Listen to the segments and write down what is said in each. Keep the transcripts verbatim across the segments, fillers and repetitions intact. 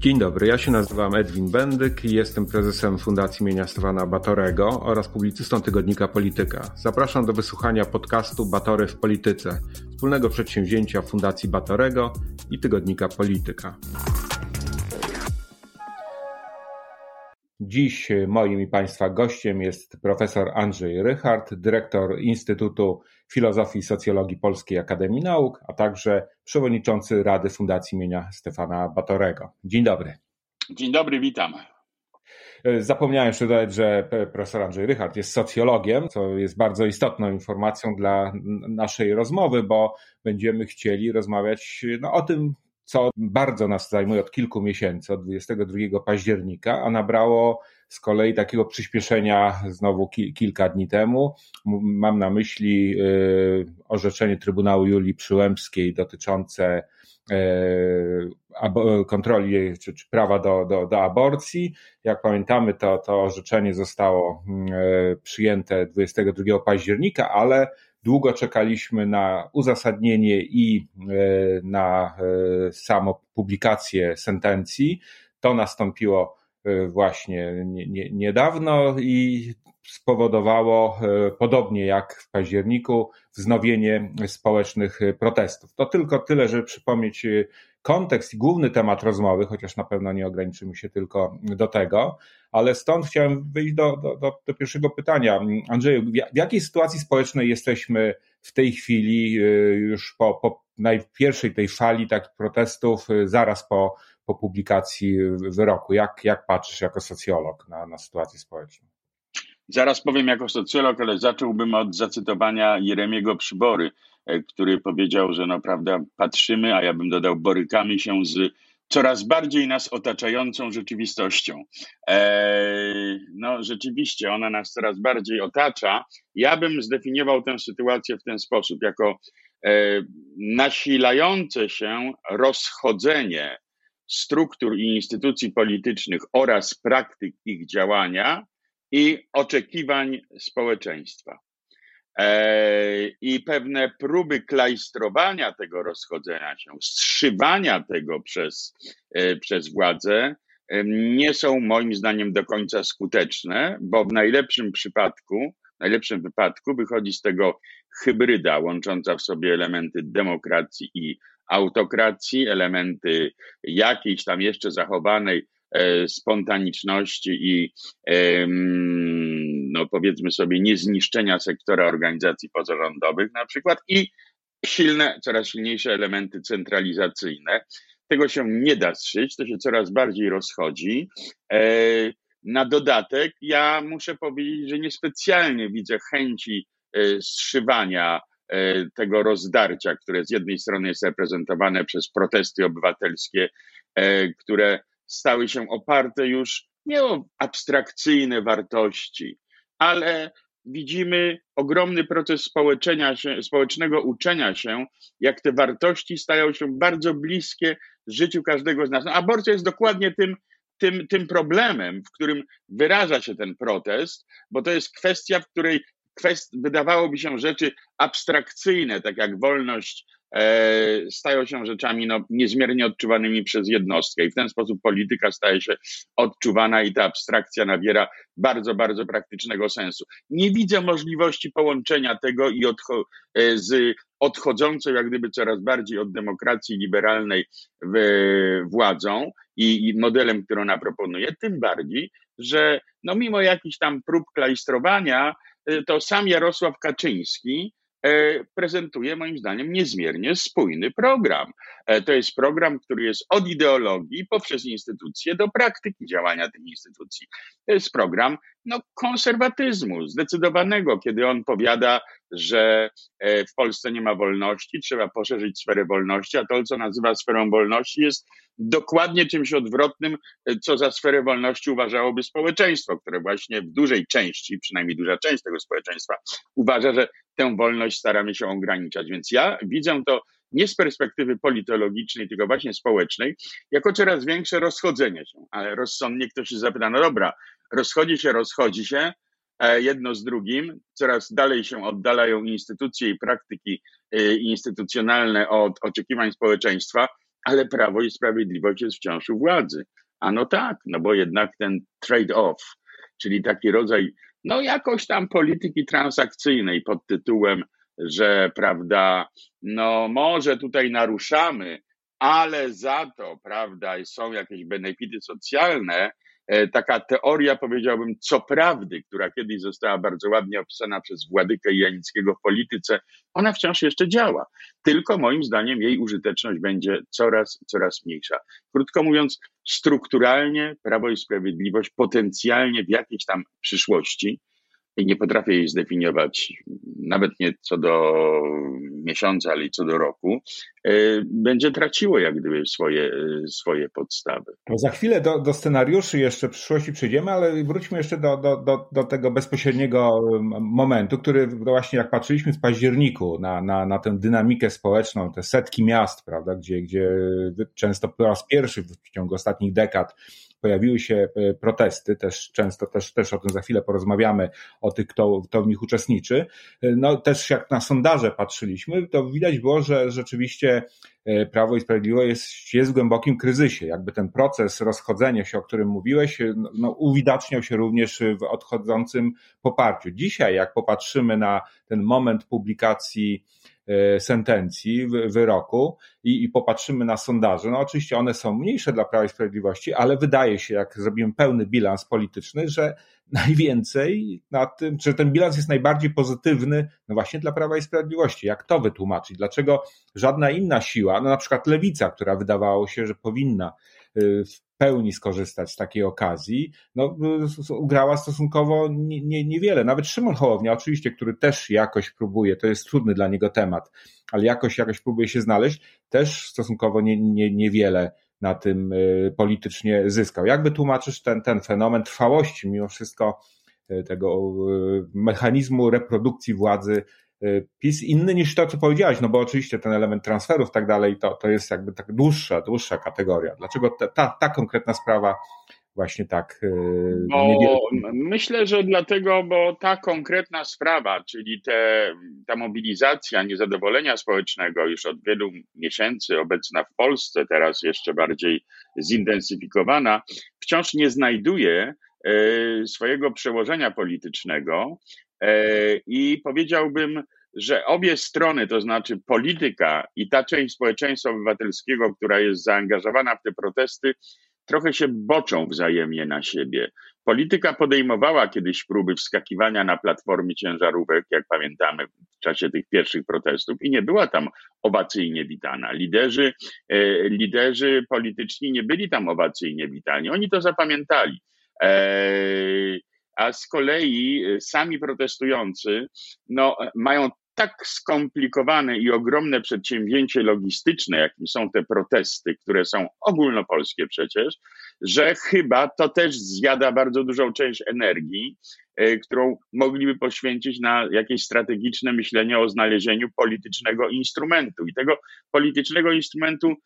Dzień dobry, ja się nazywam Edwin Bendyk i jestem prezesem Fundacji imienia Stefana Batorego oraz publicystą tygodnika Polityka. Zapraszam do wysłuchania podcastu Batory w Polityce, wspólnego przedsięwzięcia Fundacji Batorego i tygodnika Polityka. Dziś moim i Państwa gościem jest profesor Andrzej Rychard, dyrektor Instytutu Filozofii i Socjologii Polskiej Akademii Nauk, a także przewodniczący Rady Fundacji imienia Stefana Batorego. Dzień dobry. Dzień dobry, witam. Zapomniałem jeszcze dodać, że profesor Andrzej Rychard jest socjologiem, co jest bardzo istotną informacją dla naszej rozmowy, bo będziemy chcieli rozmawiać no, o tym, co bardzo nas zajmuje od kilku miesięcy, od dwudziestego drugiego października, a nabrało z kolei takiego przyspieszenia znowu ki- kilka dni temu. Mam na myśli y, orzeczenie Trybunału Julii Przyłębskiej dotyczące y, abo- kontroli czy, czy prawa do, do, do aborcji. Jak pamiętamy, to, to orzeczenie zostało y, przyjęte dwudziestego drugiego października, ale długo czekaliśmy na uzasadnienie i na samą publikację sentencji. To nastąpiło właśnie niedawno i spowodowało, podobnie jak w październiku, wznowienie społecznych protestów. To tylko tyle, żeby przypomnieć kontekst i główny temat rozmowy, chociaż na pewno nie ograniczymy się tylko do tego, ale stąd chciałem wyjść do, do, do, do pierwszego pytania. Andrzeju, w jakiej sytuacji społecznej jesteśmy w tej chwili, już po, po najpierwszej tej fali takich protestów, zaraz po, po publikacji wyroku? Jak, jak patrzysz jako socjolog na, na sytuację społeczną? Zaraz powiem jako socjolog, ale zacząłbym od zacytowania Jeremiego Przybory, który powiedział, że no prawda, patrzymy, a ja bym dodał, borykamy się z coraz bardziej nas otaczającą rzeczywistością. Eee, no rzeczywiście, ona nas coraz bardziej otacza. Ja bym zdefiniował tę sytuację w ten sposób, jako e, nasilające się rozchodzenie struktur i instytucji politycznych oraz praktyk ich działania i oczekiwań społeczeństwa. I pewne próby klajstrowania tego rozchodzenia się, zszywania tego przez, przez władzę nie są moim zdaniem do końca skuteczne, bo w najlepszym przypadku, w najlepszym wypadku wychodzi z tego hybryda łącząca w sobie elementy demokracji i autokracji, elementy jakiejś tam jeszcze zachowanej spontaniczności i no powiedzmy sobie niezniszczenia sektora organizacji pozarządowych na przykład i silne, coraz silniejsze elementy centralizacyjne. Tego się nie da zszyć, to się coraz bardziej rozchodzi. Na dodatek ja muszę powiedzieć, że niespecjalnie widzę chęci zszywania tego rozdarcia, które z jednej strony jest reprezentowane przez protesty obywatelskie, które stały się oparte już nie o abstrakcyjne wartości, ale widzimy ogromny proces społeczenia się, społecznego uczenia się, jak te wartości stają się bardzo bliskie życiu każdego z nas. No, aborcja jest dokładnie tym, tym, tym problemem, w którym wyraża się ten protest, bo to jest kwestia, w której kwest, wydawałoby się rzeczy abstrakcyjne, tak jak wolność, e, stają się rzeczami no, niezmiernie odczuwanymi przez jednostkę i w ten sposób polityka staje się odczuwana i ta abstrakcja nabiera bardzo, bardzo praktycznego sensu. Nie widzę możliwości połączenia tego i odcho- z odchodzącą jak gdyby coraz bardziej od demokracji liberalnej w, władzą i, i modelem, który ona proponuje, tym bardziej, że no, mimo jakichś tam prób klajstrowania, to sam Jarosław Kaczyński prezentuje moim zdaniem niezmiernie spójny program. To jest program, który jest od ideologii poprzez instytucje do praktyki działania tych instytucji. To jest program no, konserwatyzmu zdecydowanego, kiedy on powiada, że w Polsce nie ma wolności, trzeba poszerzyć sferę wolności, a to, co nazywa sferą wolności, jest dokładnie czymś odwrotnym, co za sferę wolności uważałoby społeczeństwo, które właśnie w dużej części, przynajmniej duża część tego społeczeństwa, uważa, że tę wolność staramy się ograniczać. Więc ja widzę to nie z perspektywy politologicznej, tylko właśnie społecznej, jako coraz większe rozchodzenie się. Ale rozsądnie ktoś się zapyta, no dobra, rozchodzi się, rozchodzi się, jedno z drugim, coraz dalej się oddalają instytucje i praktyki instytucjonalne od oczekiwań społeczeństwa, ale Prawo i Sprawiedliwość jest wciąż u władzy. A no tak, no bo jednak ten trade-off, czyli taki rodzaj, no jakoś tam polityki transakcyjnej pod tytułem, że prawda, no może tutaj naruszamy, ale za to, prawda, są jakieś benefity socjalne. Taka teoria, powiedziałbym, co prawdy, która kiedyś została bardzo ładnie opisana przez Władykę Janickiego w Polityce, ona wciąż jeszcze działa. Tylko moim zdaniem jej użyteczność będzie coraz, coraz mniejsza. Krótko mówiąc, strukturalnie Prawo i Sprawiedliwość potencjalnie w jakiejś tam przyszłości, i nie potrafię jej zdefiniować, nawet nie co do miesiąca, ale i co do roku, będzie traciło jak gdyby swoje, swoje podstawy. To za chwilę do, do scenariuszy jeszcze w przyszłości przejdziemy, ale wróćmy jeszcze do, do, do, do tego bezpośredniego momentu, który właśnie jak patrzyliśmy w październiku na, na, na tę dynamikę społeczną, te setki miast, prawda, gdzie, gdzie często po raz pierwszy w ciągu ostatnich dekad pojawiły się protesty, też często też, też o tym za chwilę porozmawiamy, o tych, kto, kto w nich uczestniczy. No też jak na sondaże patrzyliśmy, to widać było, że rzeczywiście Prawo i Sprawiedliwość jest, jest w głębokim kryzysie. Jakby ten proces rozchodzenia się, o którym mówiłeś, no, uwidaczniał się również w odchodzącym poparciu. Dzisiaj, jak popatrzymy na ten moment publikacji sentencji, wyroku i, i popatrzymy na sondaże, no oczywiście one są mniejsze dla Prawa i Sprawiedliwości, ale wydaje się, jak zrobimy pełny bilans polityczny, że najwięcej na tym, że ten bilans jest najbardziej pozytywny, no właśnie dla Prawa i Sprawiedliwości. Jak to wytłumaczyć? Dlaczego żadna inna siła, no na przykład Lewica, która wydawało się, że powinna w pełni skorzystać z takiej okazji, no ugrała stosunkowo nie, nie, niewiele. Nawet Szymon Hołownia oczywiście, który też jakoś próbuje, to jest trudny dla niego temat, ale jakoś jakoś próbuje się znaleźć, też stosunkowo nie, nie, niewiele na tym politycznie zyskał. Jak wytłumaczysz ten, ten fenomen trwałości mimo wszystko tego mechanizmu reprodukcji władzy PiS, inny niż to, co powiedziałeś, no bo oczywiście ten element transferów i tak dalej, to, to jest jakby tak dłuższa, dłuższa kategoria. Dlaczego ta, ta, ta konkretna sprawa właśnie tak bo niewiele... Myślę, że dlatego, bo ta konkretna sprawa, czyli te, ta mobilizacja niezadowolenia społecznego już od wielu miesięcy obecna w Polsce, teraz jeszcze bardziej zintensyfikowana, wciąż nie znajduje swojego przełożenia politycznego i powiedziałbym, że obie strony, to znaczy polityka i ta część społeczeństwa obywatelskiego, która jest zaangażowana w te protesty, trochę się boczą wzajemnie na siebie. Polityka podejmowała kiedyś próby wskakiwania na platformy ciężarówek, jak pamiętamy w czasie tych pierwszych protestów i nie była tam owacyjnie witana. Liderzy, e, liderzy polityczni nie byli tam owacyjnie witani. Oni to zapamiętali. E, a z kolei sami protestujący no, mają tak skomplikowane i ogromne przedsięwzięcie logistyczne, jakim są te protesty, które są ogólnopolskie przecież, że chyba to też zjada bardzo dużą część energii, którą mogliby poświęcić na jakieś strategiczne myślenie o znalezieniu politycznego instrumentu. I tego politycznego instrumentu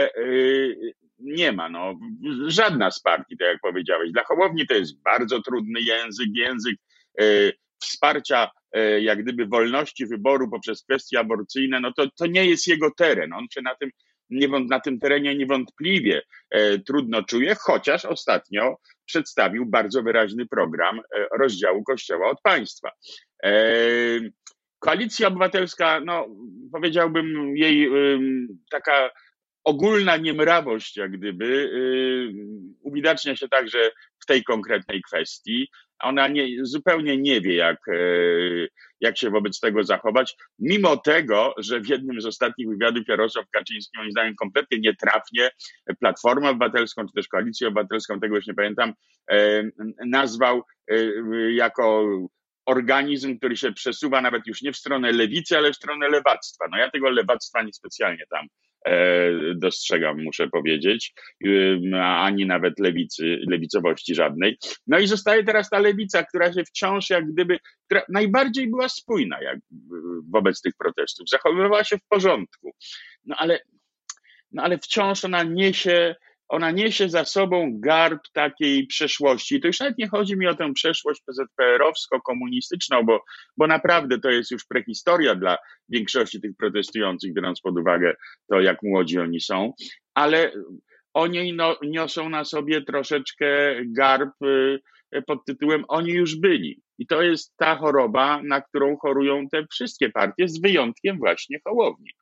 nie ma. No, żadna z partii, tak jak powiedziałeś. Dla Hołowni to jest bardzo trudny język, język wsparcia jak gdyby wolności wyboru poprzez kwestie aborcyjne, no to, to nie jest jego teren. On się na tym, nie, na tym terenie niewątpliwie e, trudno czuje, chociaż ostatnio przedstawił bardzo wyraźny program e, rozdziału Kościoła od państwa. E, Koalicja Obywatelska, no powiedziałbym jej e, taka ogólna niemrawość jak gdyby yy, uwidacznia się także w tej konkretnej kwestii. Ona nie, zupełnie nie wie, jak, yy, jak się wobec tego zachować, mimo tego, że w jednym z ostatnich wywiadów Jarosław Kaczyński, moim zdaniem kompletnie nietrafnie, Platformę Obywatelską, czy też Koalicję Obywatelską, tego już nie pamiętam, yy, nazwał yy, jako organizm, który się przesuwa nawet już nie w stronę lewicy, ale w stronę lewactwa. No ja tego lewactwa niespecjalnie tam dostrzegam, muszę powiedzieć, ani nawet lewicy, lewicowości żadnej. No i zostaje teraz ta lewica, która się wciąż jak gdyby, która najbardziej była spójna jak wobec tych protestów, zachowywała się w porządku. No ale, no ale wciąż ona niesie Ona niesie za sobą garb takiej przeszłości. I to już nawet nie chodzi mi o tę przeszłość P Z P R-owsko-komunistyczną, bo, bo naprawdę to jest już prehistoria dla większości tych protestujących, biorąc pod uwagę to, jak młodzi oni są. ale oni no, niosą na sobie troszeczkę garb pod tytułem oni już byli. I to jest ta choroba, na którą chorują te wszystkie partie, z wyjątkiem właśnie Hołowni,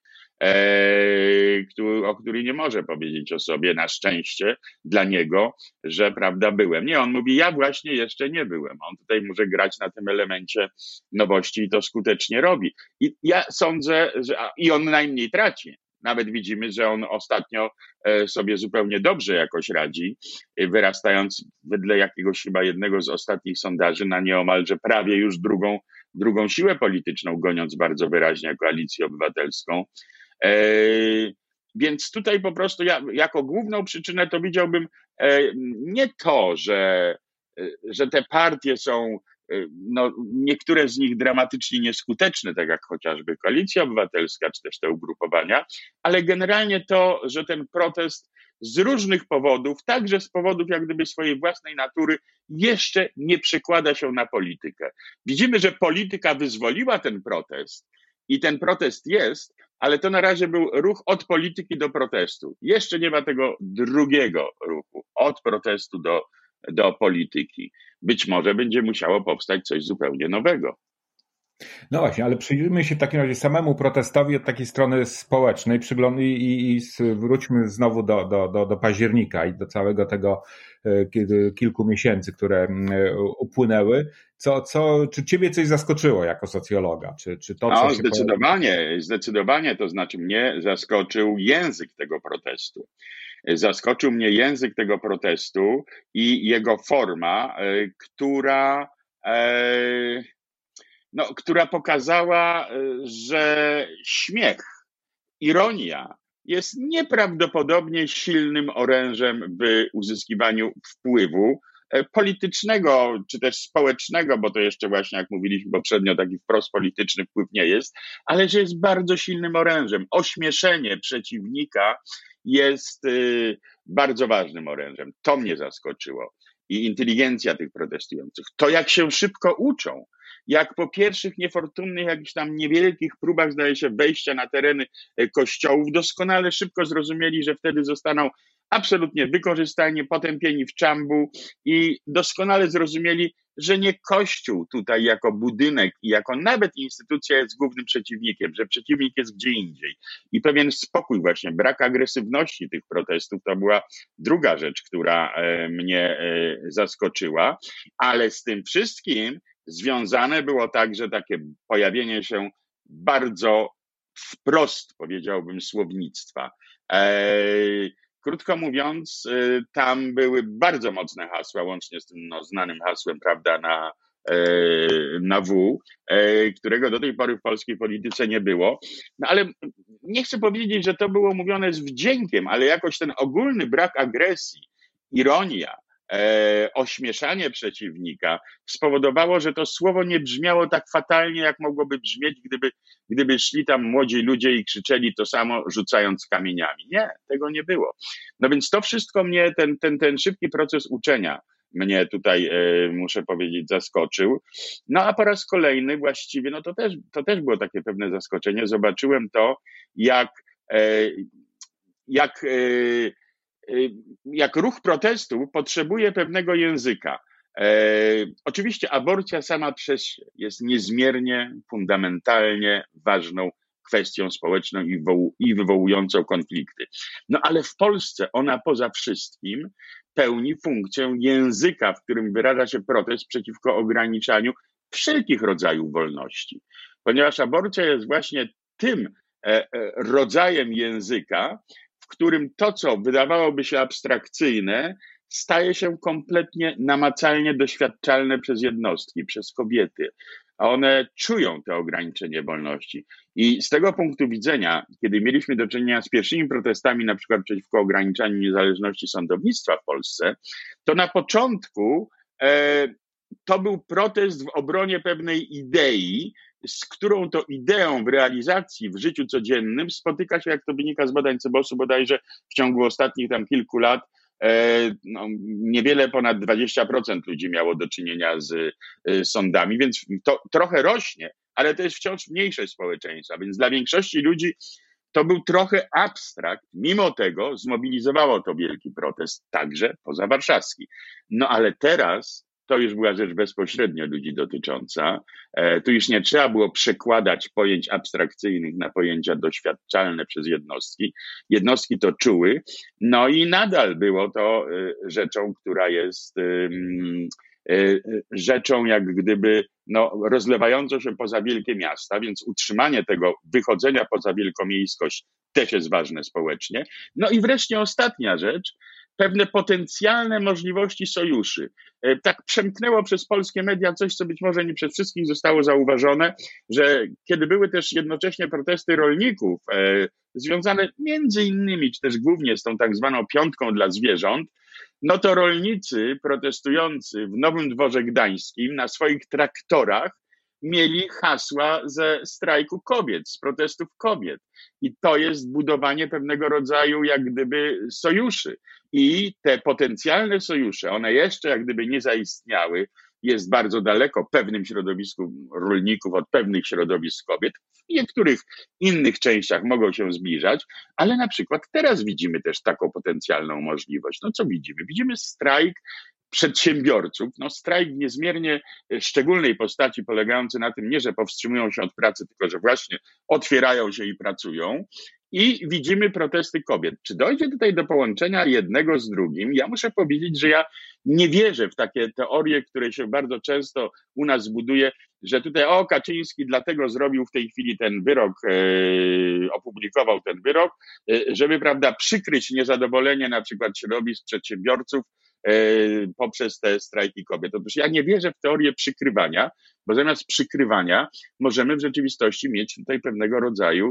o której nie może powiedzieć o sobie na szczęście dla niego, że prawda byłem. Nie, on mówi, ja właśnie jeszcze nie byłem. On tutaj może grać na tym elemencie nowości i to skutecznie robi. I ja sądzę, że i on najmniej traci. Nawet widzimy, że on ostatnio sobie zupełnie dobrze jakoś radzi, wyrastając wedle jakiegoś chyba jednego z ostatnich sondaży na nieomalże prawie już drugą, drugą siłę polityczną, goniąc bardzo wyraźnie Koalicję Obywatelską. Więc tutaj po prostu ja jako główną przyczynę to widziałbym nie to, że, że te partie są, no, niektóre z nich dramatycznie nieskuteczne, tak jak chociażby Koalicja Obywatelska, czy też te ugrupowania, ale generalnie to, że ten protest z różnych powodów, także z powodów jak gdyby swojej własnej natury, jeszcze nie przekłada się na politykę. Widzimy, że polityka wyzwoliła ten protest i ten protest jest, ale to na razie był ruch od polityki do protestu. Jeszcze nie ma tego drugiego ruchu, od protestu do do polityki. Być może będzie musiało powstać coś zupełnie nowego. No właśnie, ale przyjrzyjmy się w takim razie samemu protestowi od takiej strony społecznej przygląd- i, i, i wróćmy znowu do, do, do, do października i do całego tego kilku miesięcy, które upłynęły. Co, co, czy ciebie coś zaskoczyło jako socjologa? Czy, czy to, co no, się zdecydowanie, pojawi... zdecydowanie, to znaczy mnie zaskoczył język tego protestu. Zaskoczył mnie język tego protestu i jego forma, która, no, która pokazała, że śmiech, ironia jest nieprawdopodobnie silnym orężem w uzyskiwaniu wpływu politycznego, czy też społecznego, bo to jeszcze właśnie, jak mówiliśmy poprzednio, taki wprost polityczny wpływ nie jest, ale że jest bardzo silnym orężem. Ośmieszenie przeciwnika jest bardzo ważnym orężem. To mnie zaskoczyło. I inteligencja tych protestujących. To, jak się szybko uczą. Jak po pierwszych niefortunnych, jakichś tam niewielkich próbach, zdaje się, wejścia na tereny kościołów, doskonale szybko zrozumieli, że wtedy zostaną absolutnie wykorzystani, potępieni w czambu i doskonale zrozumieli, że nie Kościół tutaj jako budynek i jako nawet instytucja jest głównym przeciwnikiem, że przeciwnik jest gdzie indziej. I pewien spokój właśnie, brak agresywności tych protestów to była druga rzecz, która mnie zaskoczyła, ale z tym wszystkim związane było także takie pojawienie się bardzo wprost, powiedziałbym, słownictwa. Krótko mówiąc, tam były bardzo mocne hasła, łącznie z tym no, znanym hasłem, prawda, na, na W, którego do tej pory w polskiej polityce nie było. No ale nie chcę powiedzieć, że to było mówione z wdziękiem, ale jakoś ten ogólny brak agresji, ironia, E, ośmieszanie przeciwnika spowodowało, że to słowo nie brzmiało tak fatalnie, jak mogłoby brzmieć, gdyby, gdyby szli tam młodzi ludzie i krzyczeli to samo, rzucając kamieniami. Nie, tego nie było. No więc to wszystko mnie, ten, ten, ten szybki proces uczenia mnie tutaj, e, muszę powiedzieć, zaskoczył. No a po raz kolejny właściwie, no to też, to też było takie pewne zaskoczenie. Zobaczyłem to, jak, e, jak e, jak ruch protestu potrzebuje pewnego języka. E, oczywiście aborcja sama przez się jest niezmiernie, fundamentalnie ważną kwestią społeczną i, woł, i wywołującą konflikty. No ale w Polsce ona poza wszystkim pełni funkcję języka, w którym wyraża się protest przeciwko ograniczaniu wszelkich rodzajów wolności. Ponieważ aborcja jest właśnie tym e, e, rodzajem języka, w którym to, co wydawałoby się abstrakcyjne, staje się kompletnie namacalnie doświadczalne przez jednostki, przez kobiety. A one czują to ograniczenie wolności. I z tego punktu widzenia, kiedy mieliśmy do czynienia z pierwszymi protestami, na przykład przeciwko ograniczaniu niezależności sądownictwa w Polsce, to na początku e, to był protest w obronie pewnej idei, z którą to ideą w realizacji w życiu codziennym spotyka się, jak to wynika z badań Cebosu, bodajże w ciągu ostatnich tam kilku lat, e, no, niewiele ponad dwadzieścia procent ludzi miało do czynienia z e, sądami, więc to trochę rośnie, ale to jest wciąż mniejsze społeczeństwa, więc dla większości ludzi to był trochę abstrakt, mimo tego zmobilizowało to wielki protest, także pozawarszawski. No ale teraz to już była rzecz bezpośrednio ludzi dotycząca. Tu już nie trzeba było przekładać pojęć abstrakcyjnych na pojęcia doświadczalne przez jednostki. Jednostki to czuły, no i nadal było to rzeczą, która jest rzeczą jak gdyby no, rozlewającą się poza wielkie miasta, więc utrzymanie tego wychodzenia poza wielkomiejskość też jest ważne społecznie. No i wreszcie ostatnia rzecz, pewne potencjalne możliwości sojuszy. Tak przemknęło przez polskie media coś, co być może nie przez wszystkich zostało zauważone, że kiedy były też jednocześnie protesty rolników, e, związane między innymi, czy też głównie z tą tak zwaną piątką dla zwierząt, no to rolnicy protestujący w Nowym Dworze Gdańskim na swoich traktorach mieli hasła ze strajku kobiet, z protestów kobiet. I to jest budowanie pewnego rodzaju jak gdyby sojuszy. I te potencjalne sojusze, one jeszcze jak gdyby nie zaistniały, jest bardzo daleko pewnym środowisku rolników od pewnych środowisk kobiet. W niektórych innych częściach mogą się zbliżać, ale na przykład teraz widzimy też taką potencjalną możliwość. No co widzimy? Widzimy strajk przedsiębiorców, no strajk w niezmiernie szczególnej postaci polegający na tym nie, że powstrzymują się od pracy, tylko że właśnie otwierają się i pracują. I widzimy protesty kobiet. Czy dojdzie tutaj do połączenia jednego z drugim? Ja muszę powiedzieć, że ja nie wierzę w takie teorie, które się bardzo często u nas buduje, że tutaj o, Kaczyński dlatego zrobił w tej chwili ten wyrok, e, opublikował ten wyrok, e, żeby, prawda, przykryć niezadowolenie na przykład środowisk przedsiębiorców e, poprzez te strajki kobiet. Otóż ja nie wierzę w teorię przykrywania, bo zamiast przykrywania możemy w rzeczywistości mieć tutaj pewnego rodzaju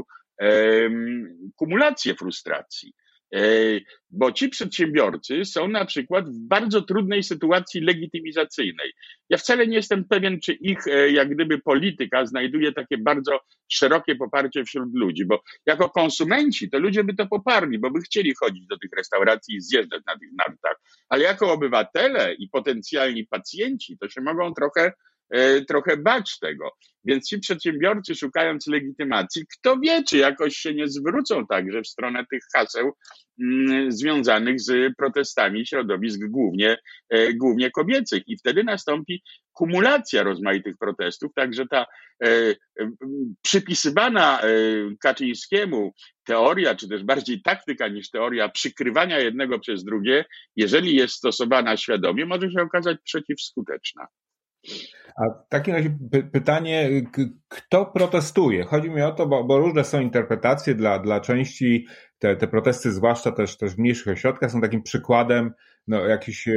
kumulację frustracji, bo ci przedsiębiorcy są na przykład w bardzo trudnej sytuacji legitymizacyjnej. Ja wcale nie jestem pewien, czy ich jak gdyby polityka znajduje takie bardzo szerokie poparcie wśród ludzi, bo jako konsumenci to ludzie by to poparli, bo by chcieli chodzić do tych restauracji i zjeżdżać na tych nartach, ale jako obywatele i potencjalni pacjenci to się mogą trochę trochę bać tego. Więc ci przedsiębiorcy, szukając legitymacji, kto wie, czy jakoś się nie zwrócą także w stronę tych haseł mm, związanych z protestami środowisk głównie, e, głównie kobiecych. I wtedy nastąpi kumulacja rozmaitych protestów, także ta e, e, przypisywana e, Kaczyńskiemu teoria, czy też bardziej taktyka niż teoria przykrywania jednego przez drugie, jeżeli jest stosowana świadomie, może się okazać przeciwskuteczna. A w takim razie py- pytanie, kto protestuje? Chodzi mi o to, bo, bo różne są interpretacje dla, dla części, te, te protesty, zwłaszcza też, też w mniejszych ośrodkach, są takim przykładem no, jakiś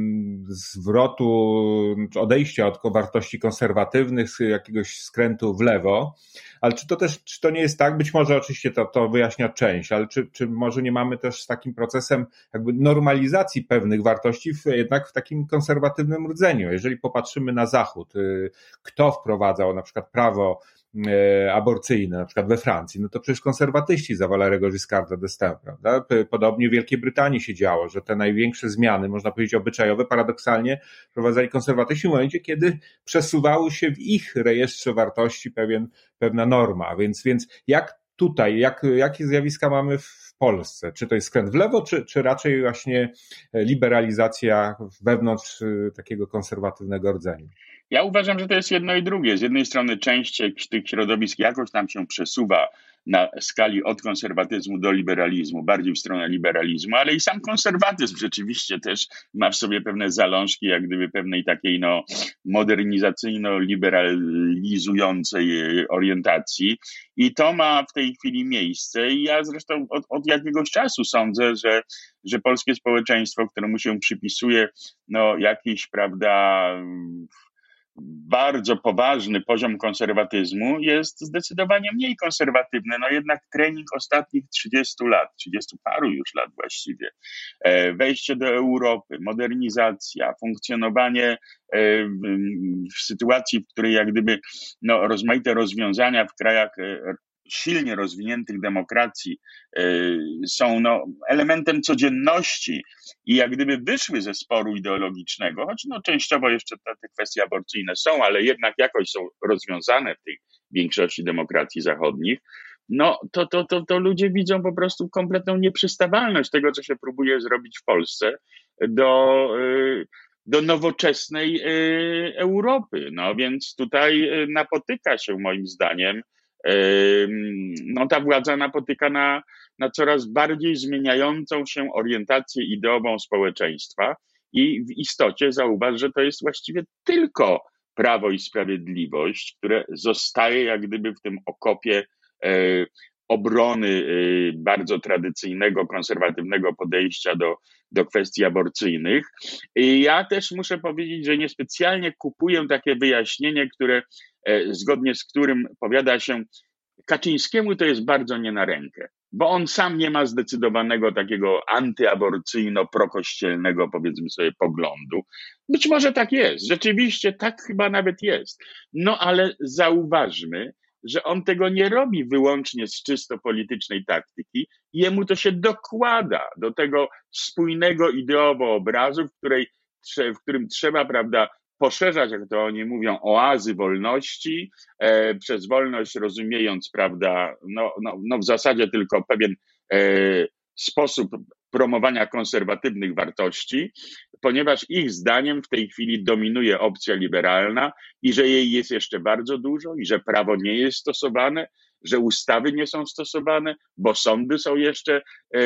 zwrotu, odejścia od wartości konserwatywnych, jakiegoś skrętu w lewo. Ale czy to też, czy to nie jest tak? Być może oczywiście to, to wyjaśnia część, ale czy, czy może nie mamy też z takim procesem jakby normalizacji pewnych wartości w, jednak w takim konserwatywnym rdzeniu? Jeżeli popatrzymy na Zachód, kto wprowadzał na przykład prawo aborcyjne, na przykład we Francji, no to przecież konserwatyści za Valerego Giscarda d'Estaing, prawda? Podobnie w Wielkiej Brytanii się działo, że te największe zmiany, można powiedzieć obyczajowe, paradoksalnie wprowadzali konserwatyści w momencie, kiedy przesuwały się w ich rejestrze wartości pewien, pewna norma, więc, więc jak tutaj, jak, jakie zjawiska mamy w Polsce? Czy to jest skręt w lewo, czy, czy raczej właśnie liberalizacja wewnątrz takiego konserwatywnego rdzenia? Ja uważam, że to jest jedno i drugie. Z jednej strony część tych środowisk jakoś tam się przesuwa na skali od konserwatyzmu do liberalizmu, bardziej w stronę liberalizmu, ale i sam konserwatyzm rzeczywiście też ma w sobie pewne zalążki, jak gdyby pewnej takiej no modernizacyjno-liberalizującej orientacji i to ma w tej chwili miejsce i ja zresztą od, od jakiegoś czasu sądzę, że, że polskie społeczeństwo, któremu się przypisuje no jakiś, prawda, bardzo poważny poziom konserwatyzmu jest zdecydowanie mniej konserwatywny. No jednak trening ostatnich trzydziestu lat, trzydziestu paru już lat właściwie, wejście do Europy, modernizacja, funkcjonowanie w sytuacji, w której jak gdyby no, rozmaite rozwiązania w krajach silnie rozwiniętych demokracji y, są no, elementem codzienności i jak gdyby wyszły ze sporu ideologicznego, choć no, częściowo jeszcze te, te kwestie aborcyjne są, ale jednak jakoś są rozwiązane w tej większości demokracji zachodnich, no to, to, to, to ludzie widzą po prostu kompletną nieprzystawalność tego, co się próbuje zrobić w Polsce do, do nowoczesnej Europy. No więc tutaj napotyka się moim zdaniem, no ta władza napotyka na, na coraz bardziej zmieniającą się orientację ideową społeczeństwa i w istocie zauważ, że to jest właściwie tylko Prawo i Sprawiedliwość, które zostaje jak gdyby w tym okopie obrony bardzo tradycyjnego, konserwatywnego podejścia do, do kwestii aborcyjnych. I ja też muszę powiedzieć, że niespecjalnie kupuję takie wyjaśnienie, które, zgodnie z którym powiada się, Kaczyńskiemu to jest bardzo nie na rękę, bo on sam nie ma zdecydowanego takiego antyaborcyjno-prokościelnego, powiedzmy sobie, poglądu. Być może tak jest, rzeczywiście tak chyba nawet jest. No ale zauważmy, że on tego nie robi wyłącznie z czysto politycznej taktyki. Jemu to się dokłada do tego spójnego ideowo obrazu, w, której, w którym trzeba, prawda, poszerzać, jak to oni mówią, oazy wolności, e, przez wolność rozumiejąc, prawda, no, no, no w zasadzie tylko pewien e, sposób promowania konserwatywnych wartości, ponieważ ich zdaniem w tej chwili dominuje opcja liberalna i że jej jest jeszcze bardzo dużo i że prawo nie jest stosowane, że ustawy nie są stosowane, bo sądy są jeszcze e,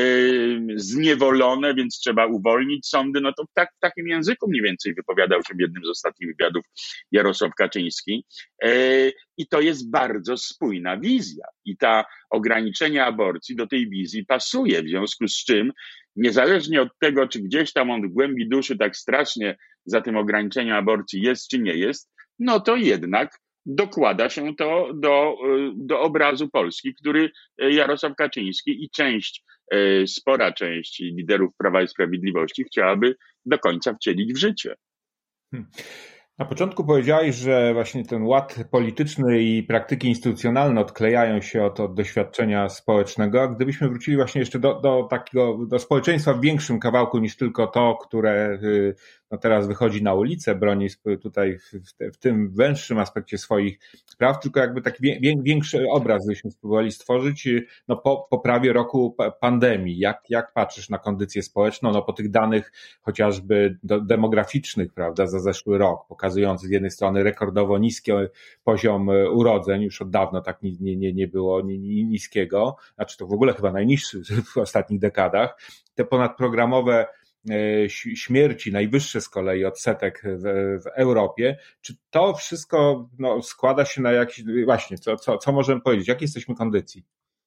zniewolone, więc trzeba uwolnić sądy. No to tak, w takim języku mniej więcej wypowiadał się w jednym z ostatnich wywiadów Jarosław Kaczyński. E, I to jest bardzo spójna wizja. I ta ograniczenie aborcji do tej wizji pasuje, w związku z czym niezależnie od tego, czy gdzieś tam on w głębi duszy tak strasznie za tym ograniczeniem aborcji jest, czy nie jest, no to jednak dokłada się to do, do obrazu Polski, który Jarosław Kaczyński i część, spora część liderów Prawa i Sprawiedliwości chciałaby do końca wcielić w życie. Hmm. Na początku powiedziałeś, że właśnie ten ład polityczny i praktyki instytucjonalne odklejają się od, od doświadczenia społecznego. A gdybyśmy wrócili właśnie jeszcze do, do takiego, do społeczeństwa w większym kawałku niż tylko to, które no teraz wychodzi na ulicę, broni tutaj w, w tym węższym aspekcie swoich praw, tylko jakby taki wie, większy obraz byśmy spróbowali stworzyć no po, po prawie roku pandemii. Jak, jak patrzysz na kondycję społeczną, no po tych danych chociażby do, demograficznych, prawda, za zeszły rok, pokazujący z jednej strony rekordowo niski poziom urodzeń, już od dawna tak nie, nie, nie było niskiego, znaczy to w ogóle chyba najniższy w ostatnich dekadach. Te ponadprogramowe śmierci, najwyższe z kolei odsetek w, w Europie. Czy to wszystko no, składa się na jakiś, właśnie, co, co, co możemy powiedzieć? Jakiej jesteśmy kondycji?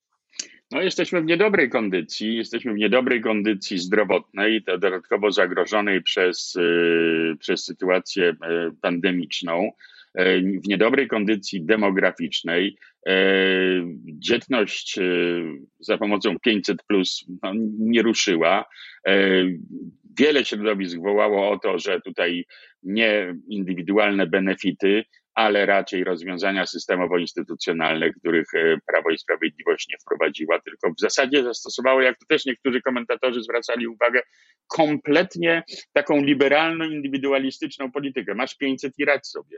No jesteśmy w niedobrej kondycji, jesteśmy w niedobrej kondycji zdrowotnej, to dodatkowo zagrożonej przez, przez sytuację pandemiczną, w niedobrej kondycji demograficznej. Dzietność za pomocą pięćset plus no, nie ruszyła. Wiele środowisk wołało o to, że tutaj nie indywidualne benefity, ale raczej rozwiązania systemowo-instytucjonalne, których Prawo i Sprawiedliwość nie wprowadziła, tylko w zasadzie zastosowało, jak to też niektórzy komentatorzy zwracali uwagę, kompletnie taką liberalną, indywidualistyczną politykę. Masz pięćset i radź sobie.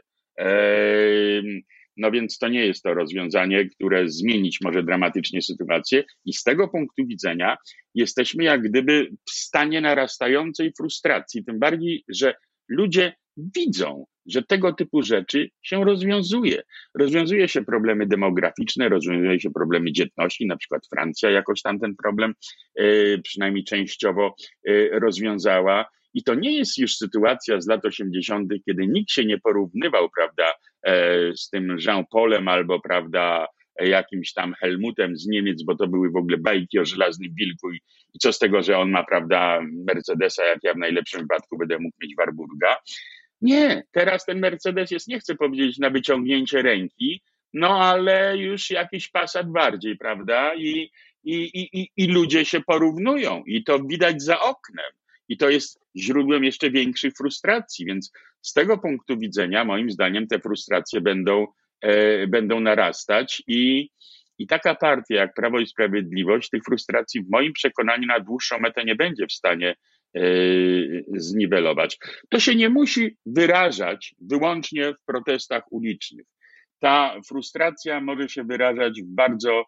No więc to nie jest to rozwiązanie, które zmienić może dramatycznie sytuację i z tego punktu widzenia jesteśmy jak gdyby w stanie narastającej frustracji, tym bardziej, że ludzie widzą, że tego typu rzeczy się rozwiązuje. Rozwiązuje się problemy demograficzne, rozwiązuje się problemy dzietności, na przykład Francja jakoś tam ten problem yy, przynajmniej częściowo yy, rozwiązała. I to nie jest już sytuacja z lat osiemdziesiątych, kiedy nikt się nie porównywał, prawda, z tym Jean-Paulem albo, prawda, jakimś tam Helmutem z Niemiec, bo to były w ogóle bajki o żelaznym wilku i, i co z tego, że on ma, prawda, Mercedesa, jak ja w najlepszym wypadku będę mógł mieć Warburga. Nie, teraz ten Mercedes jest, nie chcę powiedzieć na wyciągnięcie ręki, no ale już jakiś Passat bardziej, prawda, i, i, i, i ludzie się porównują i to widać za oknem. I to jest źródłem jeszcze większych frustracji, więc z tego punktu widzenia moim zdaniem te frustracje będą, e, będą narastać i, i taka partia jak Prawo i Sprawiedliwość tych frustracji w moim przekonaniu na dłuższą metę nie będzie w stanie e, zniwelować. To się nie musi wyrażać wyłącznie w protestach ulicznych. Ta frustracja może się wyrażać w bardzo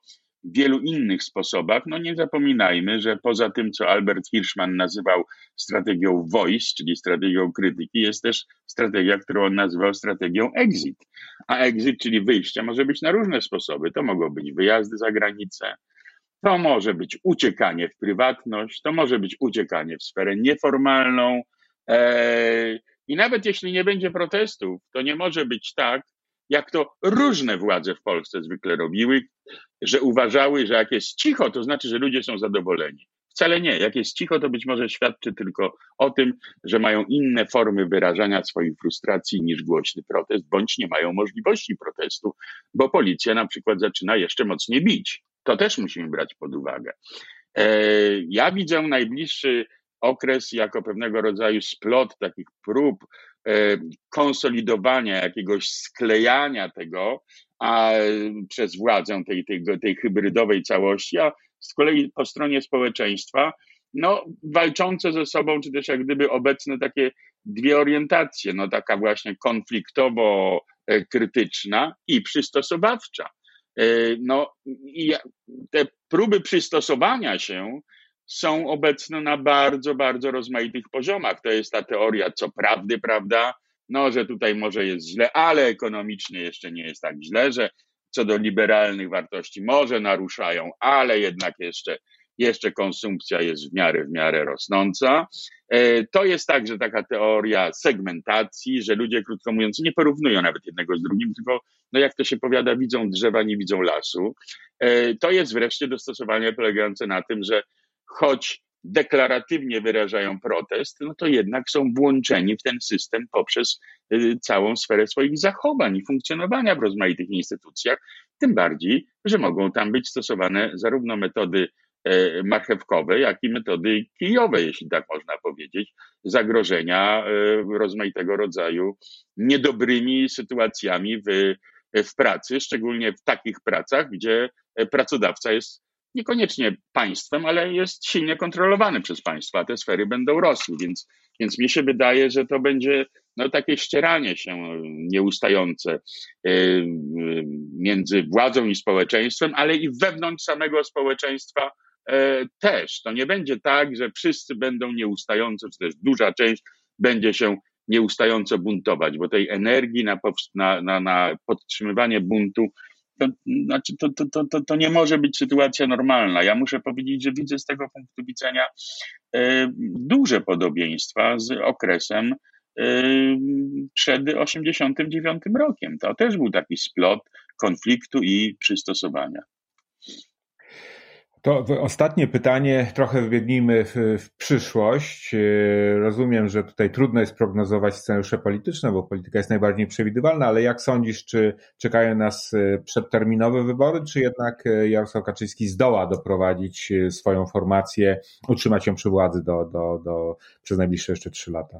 w wielu innych sposobach. No nie zapominajmy, że poza tym, co Albert Hirschman nazywał strategią voice, czyli strategią krytyki, jest też strategia, którą on nazywał strategią exit. A exit, czyli wyjście, może być na różne sposoby. To mogą być wyjazdy za granicę, to może być uciekanie w prywatność, to może być uciekanie w sferę nieformalną. Eee, I nawet jeśli nie będzie protestów, to nie może być tak, jak to różne władze w Polsce zwykle robiły, że uważały, że jak jest cicho, to znaczy, że ludzie są zadowoleni. Wcale nie. Jak jest cicho, to być może świadczy tylko o tym, że mają inne formy wyrażania swoich frustracji niż głośny protest, bądź nie mają możliwości protestu, bo policja na przykład zaczyna jeszcze mocniej bić. To też musimy brać pod uwagę. Ja widzę najbliższy okres jako pewnego rodzaju splot takich prób konsolidowania, jakiegoś sklejania tego a przez władzę tej, tej, tej hybrydowej całości, a z kolei po stronie społeczeństwa no, walczące ze sobą, czy też jak gdyby obecne takie dwie orientacje, no taka właśnie konfliktowo-krytyczna i przystosowawcza. No i te próby przystosowania się są obecne na bardzo, bardzo rozmaitych poziomach. To jest ta teoria co prawdy, prawda? No, że tutaj może jest źle, ale ekonomicznie jeszcze nie jest tak źle, że co do liberalnych wartości może naruszają, ale jednak jeszcze, jeszcze konsumpcja jest w miarę, w miarę rosnąca. To jest także taka teoria segmentacji, że ludzie, krótko mówiąc, nie porównują nawet jednego z drugim, tylko, no jak to się powiada, widzą drzewa, nie widzą lasu. To jest wreszcie dostosowanie polegające na tym, że choć deklaratywnie wyrażają protest, no to jednak są włączeni w ten system poprzez całą sferę swoich zachowań i funkcjonowania w rozmaitych instytucjach, tym bardziej, że mogą tam być stosowane zarówno metody marchewkowe, jak i metody kijowe, jeśli tak można powiedzieć, zagrożenia rozmaitego rodzaju niedobrymi sytuacjami w, w pracy, szczególnie w takich pracach, gdzie pracodawca jest niekoniecznie państwem, ale jest silnie kontrolowany przez państwo, a te sfery będą rosły, więc, więc mi się wydaje, że to będzie no, takie ścieranie się nieustające między władzą i społeczeństwem, ale i wewnątrz samego społeczeństwa też. To nie będzie tak, że wszyscy będą nieustająco, czy też duża część będzie się nieustająco buntować, bo tej energii na, na, na, na podtrzymywanie buntu To, znaczy to, to, to, to nie może być sytuacja normalna. Ja muszę powiedzieć, że widzę z tego punktu widzenia e, duże podobieństwa z okresem e, przed osiemdziesiątym dziewiątym rokiem. To też był taki splot konfliktu i przystosowania. To ostatnie pytanie, trochę wybiegnijmy w, w przyszłość. Rozumiem, że tutaj trudno jest prognozować scenariusze polityczne, bo polityka jest najbardziej przewidywalna, ale jak sądzisz, czy czekają nas przedterminowe wybory, czy jednak Jarosław Kaczyński zdoła doprowadzić swoją formację, utrzymać ją przy władzy do, do, do, przez najbliższe jeszcze trzy lata?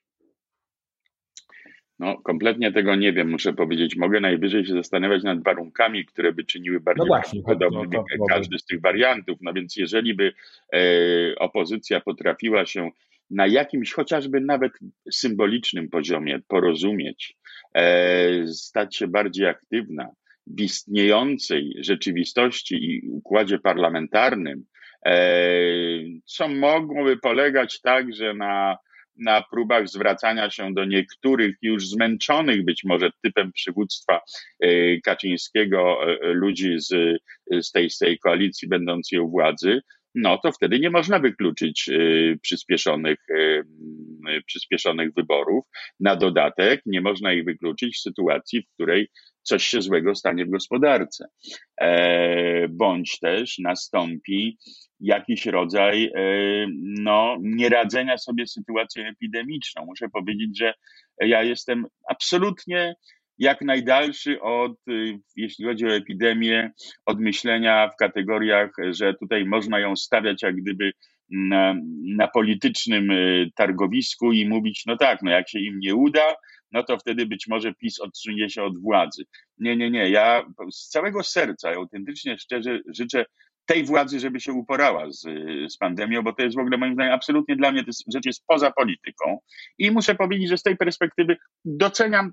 No, kompletnie tego nie wiem, muszę powiedzieć. Mogę najwyżej się zastanawiać nad warunkami, które by czyniły bardziej no właśnie, prawdopodobnym to, to, to, każdy z tych wariantów. No więc jeżeli by e, opozycja potrafiła się na jakimś chociażby nawet symbolicznym poziomie porozumieć, e, stać się bardziej aktywna w istniejącej rzeczywistości i układzie parlamentarnym, e, co mogłoby polegać także na na próbach zwracania się do niektórych już zmęczonych być może typem przywództwa Kaczyńskiego ludzi z, z, tej, z tej koalicji będącej u władzy, no to wtedy nie można wykluczyć przyspieszonych, przyspieszonych wyborów. Na dodatek nie można ich wykluczyć w sytuacji, w której coś się złego stanie w gospodarce. Bądź też nastąpi jakiś rodzaj no, nieradzenia sobie z sytuacją epidemiczną. Muszę powiedzieć, że ja jestem absolutnie jak najdalszy od, jeśli chodzi o epidemię, od myślenia w kategoriach, że tutaj można ją stawiać jak gdyby na, na politycznym targowisku i mówić, no tak, no jak się im nie uda, no to wtedy być może PiS odsunie się od władzy. Nie, nie, nie. Ja z całego serca, autentycznie, szczerze życzę tej władzy, żeby się uporała z, z pandemią, bo to jest w ogóle moim zdaniem absolutnie dla mnie to jest, rzecz jest poza polityką. I muszę powiedzieć, że z tej perspektywy doceniam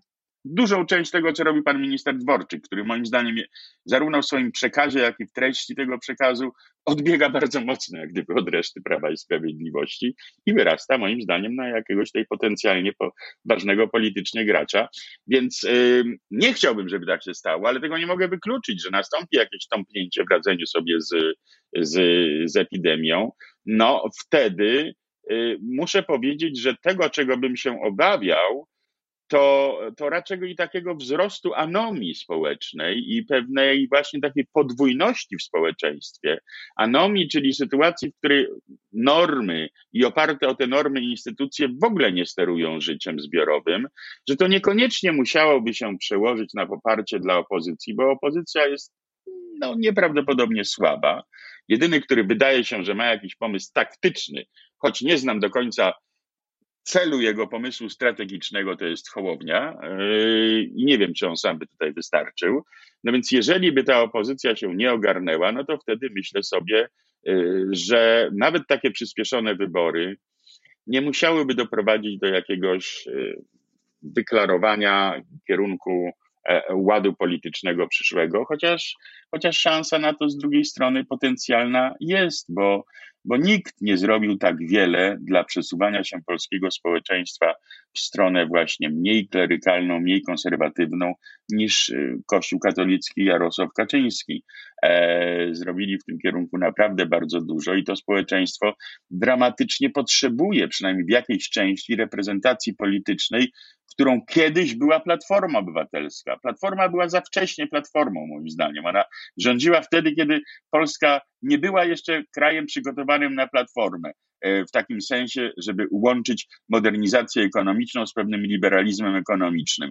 dużą część tego, co robi pan minister Dworczyk, który moim zdaniem zarówno w swoim przekazie, jak i w treści tego przekazu odbiega bardzo mocno jak gdyby od reszty Prawa i Sprawiedliwości i wyrasta moim zdaniem na jakiegoś tej potencjalnie ważnego politycznie gracza. Więc yy, nie chciałbym, żeby tak się stało, ale tego nie mogę wykluczyć, że nastąpi jakieś tąpnięcie w radzeniu sobie z, z, z epidemią. No wtedy yy, muszę powiedzieć, że tego, czego bym się obawiał, to, to raczej i takiego wzrostu anomii społecznej i pewnej właśnie takiej podwójności w społeczeństwie. Anomii, czyli sytuacji, w której normy i oparte o te normy instytucje w ogóle nie sterują życiem zbiorowym, że to niekoniecznie musiałoby się przełożyć na poparcie dla opozycji, bo opozycja jest no, nieprawdopodobnie słaba. Jedyny, który wydaje się, że ma jakiś pomysł taktyczny, choć nie znam do końca celu jego pomysłu strategicznego, to jest Hołownia i nie wiem, czy on sam by tutaj wystarczył. No więc jeżeli by ta opozycja się nie ogarnęła, no to wtedy myślę sobie, że nawet takie przyspieszone wybory nie musiałyby doprowadzić do jakiegoś deklarowania kierunku ładu politycznego przyszłego, chociaż, chociaż szansa na to z drugiej strony potencjalna jest, bo, bo nikt nie zrobił tak wiele dla przesuwania się polskiego społeczeństwa w stronę właśnie mniej klerykalną, mniej konserwatywną niż Kościół katolicki i Jarosław Kaczyński. E, zrobili w tym kierunku naprawdę bardzo dużo i to społeczeństwo dramatycznie potrzebuje, przynajmniej w jakiejś części, reprezentacji politycznej, którą kiedyś była Platforma Obywatelska. Platforma była za wcześnie Platformą, moim zdaniem. Ona rządziła wtedy, kiedy Polska nie była jeszcze krajem przygotowanym na Platformę. W takim sensie, żeby łączyć modernizację ekonomiczną z pewnym liberalizmem ekonomicznym.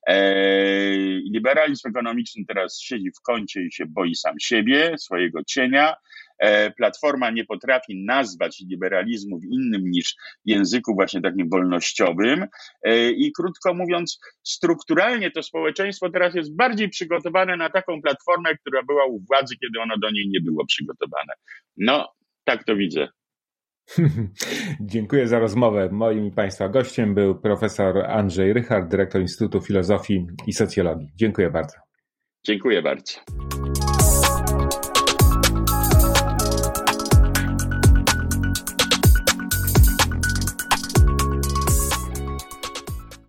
Eee, liberalizm ekonomiczny teraz siedzi w kącie i się boi sam siebie, swojego cienia. Platforma nie potrafi nazwać liberalizmu w innym niż języku właśnie takim wolnościowym i krótko mówiąc, strukturalnie to społeczeństwo teraz jest bardziej przygotowane na taką platformę, która była u władzy, kiedy ono do niej nie było przygotowane. No, tak to widzę. Dziękuję za rozmowę. Moim i Państwa gościem był profesor Andrzej Rychart, dyrektor Instytutu Filozofii i Socjologii. Dziękuję bardzo. Dziękuję bardzo.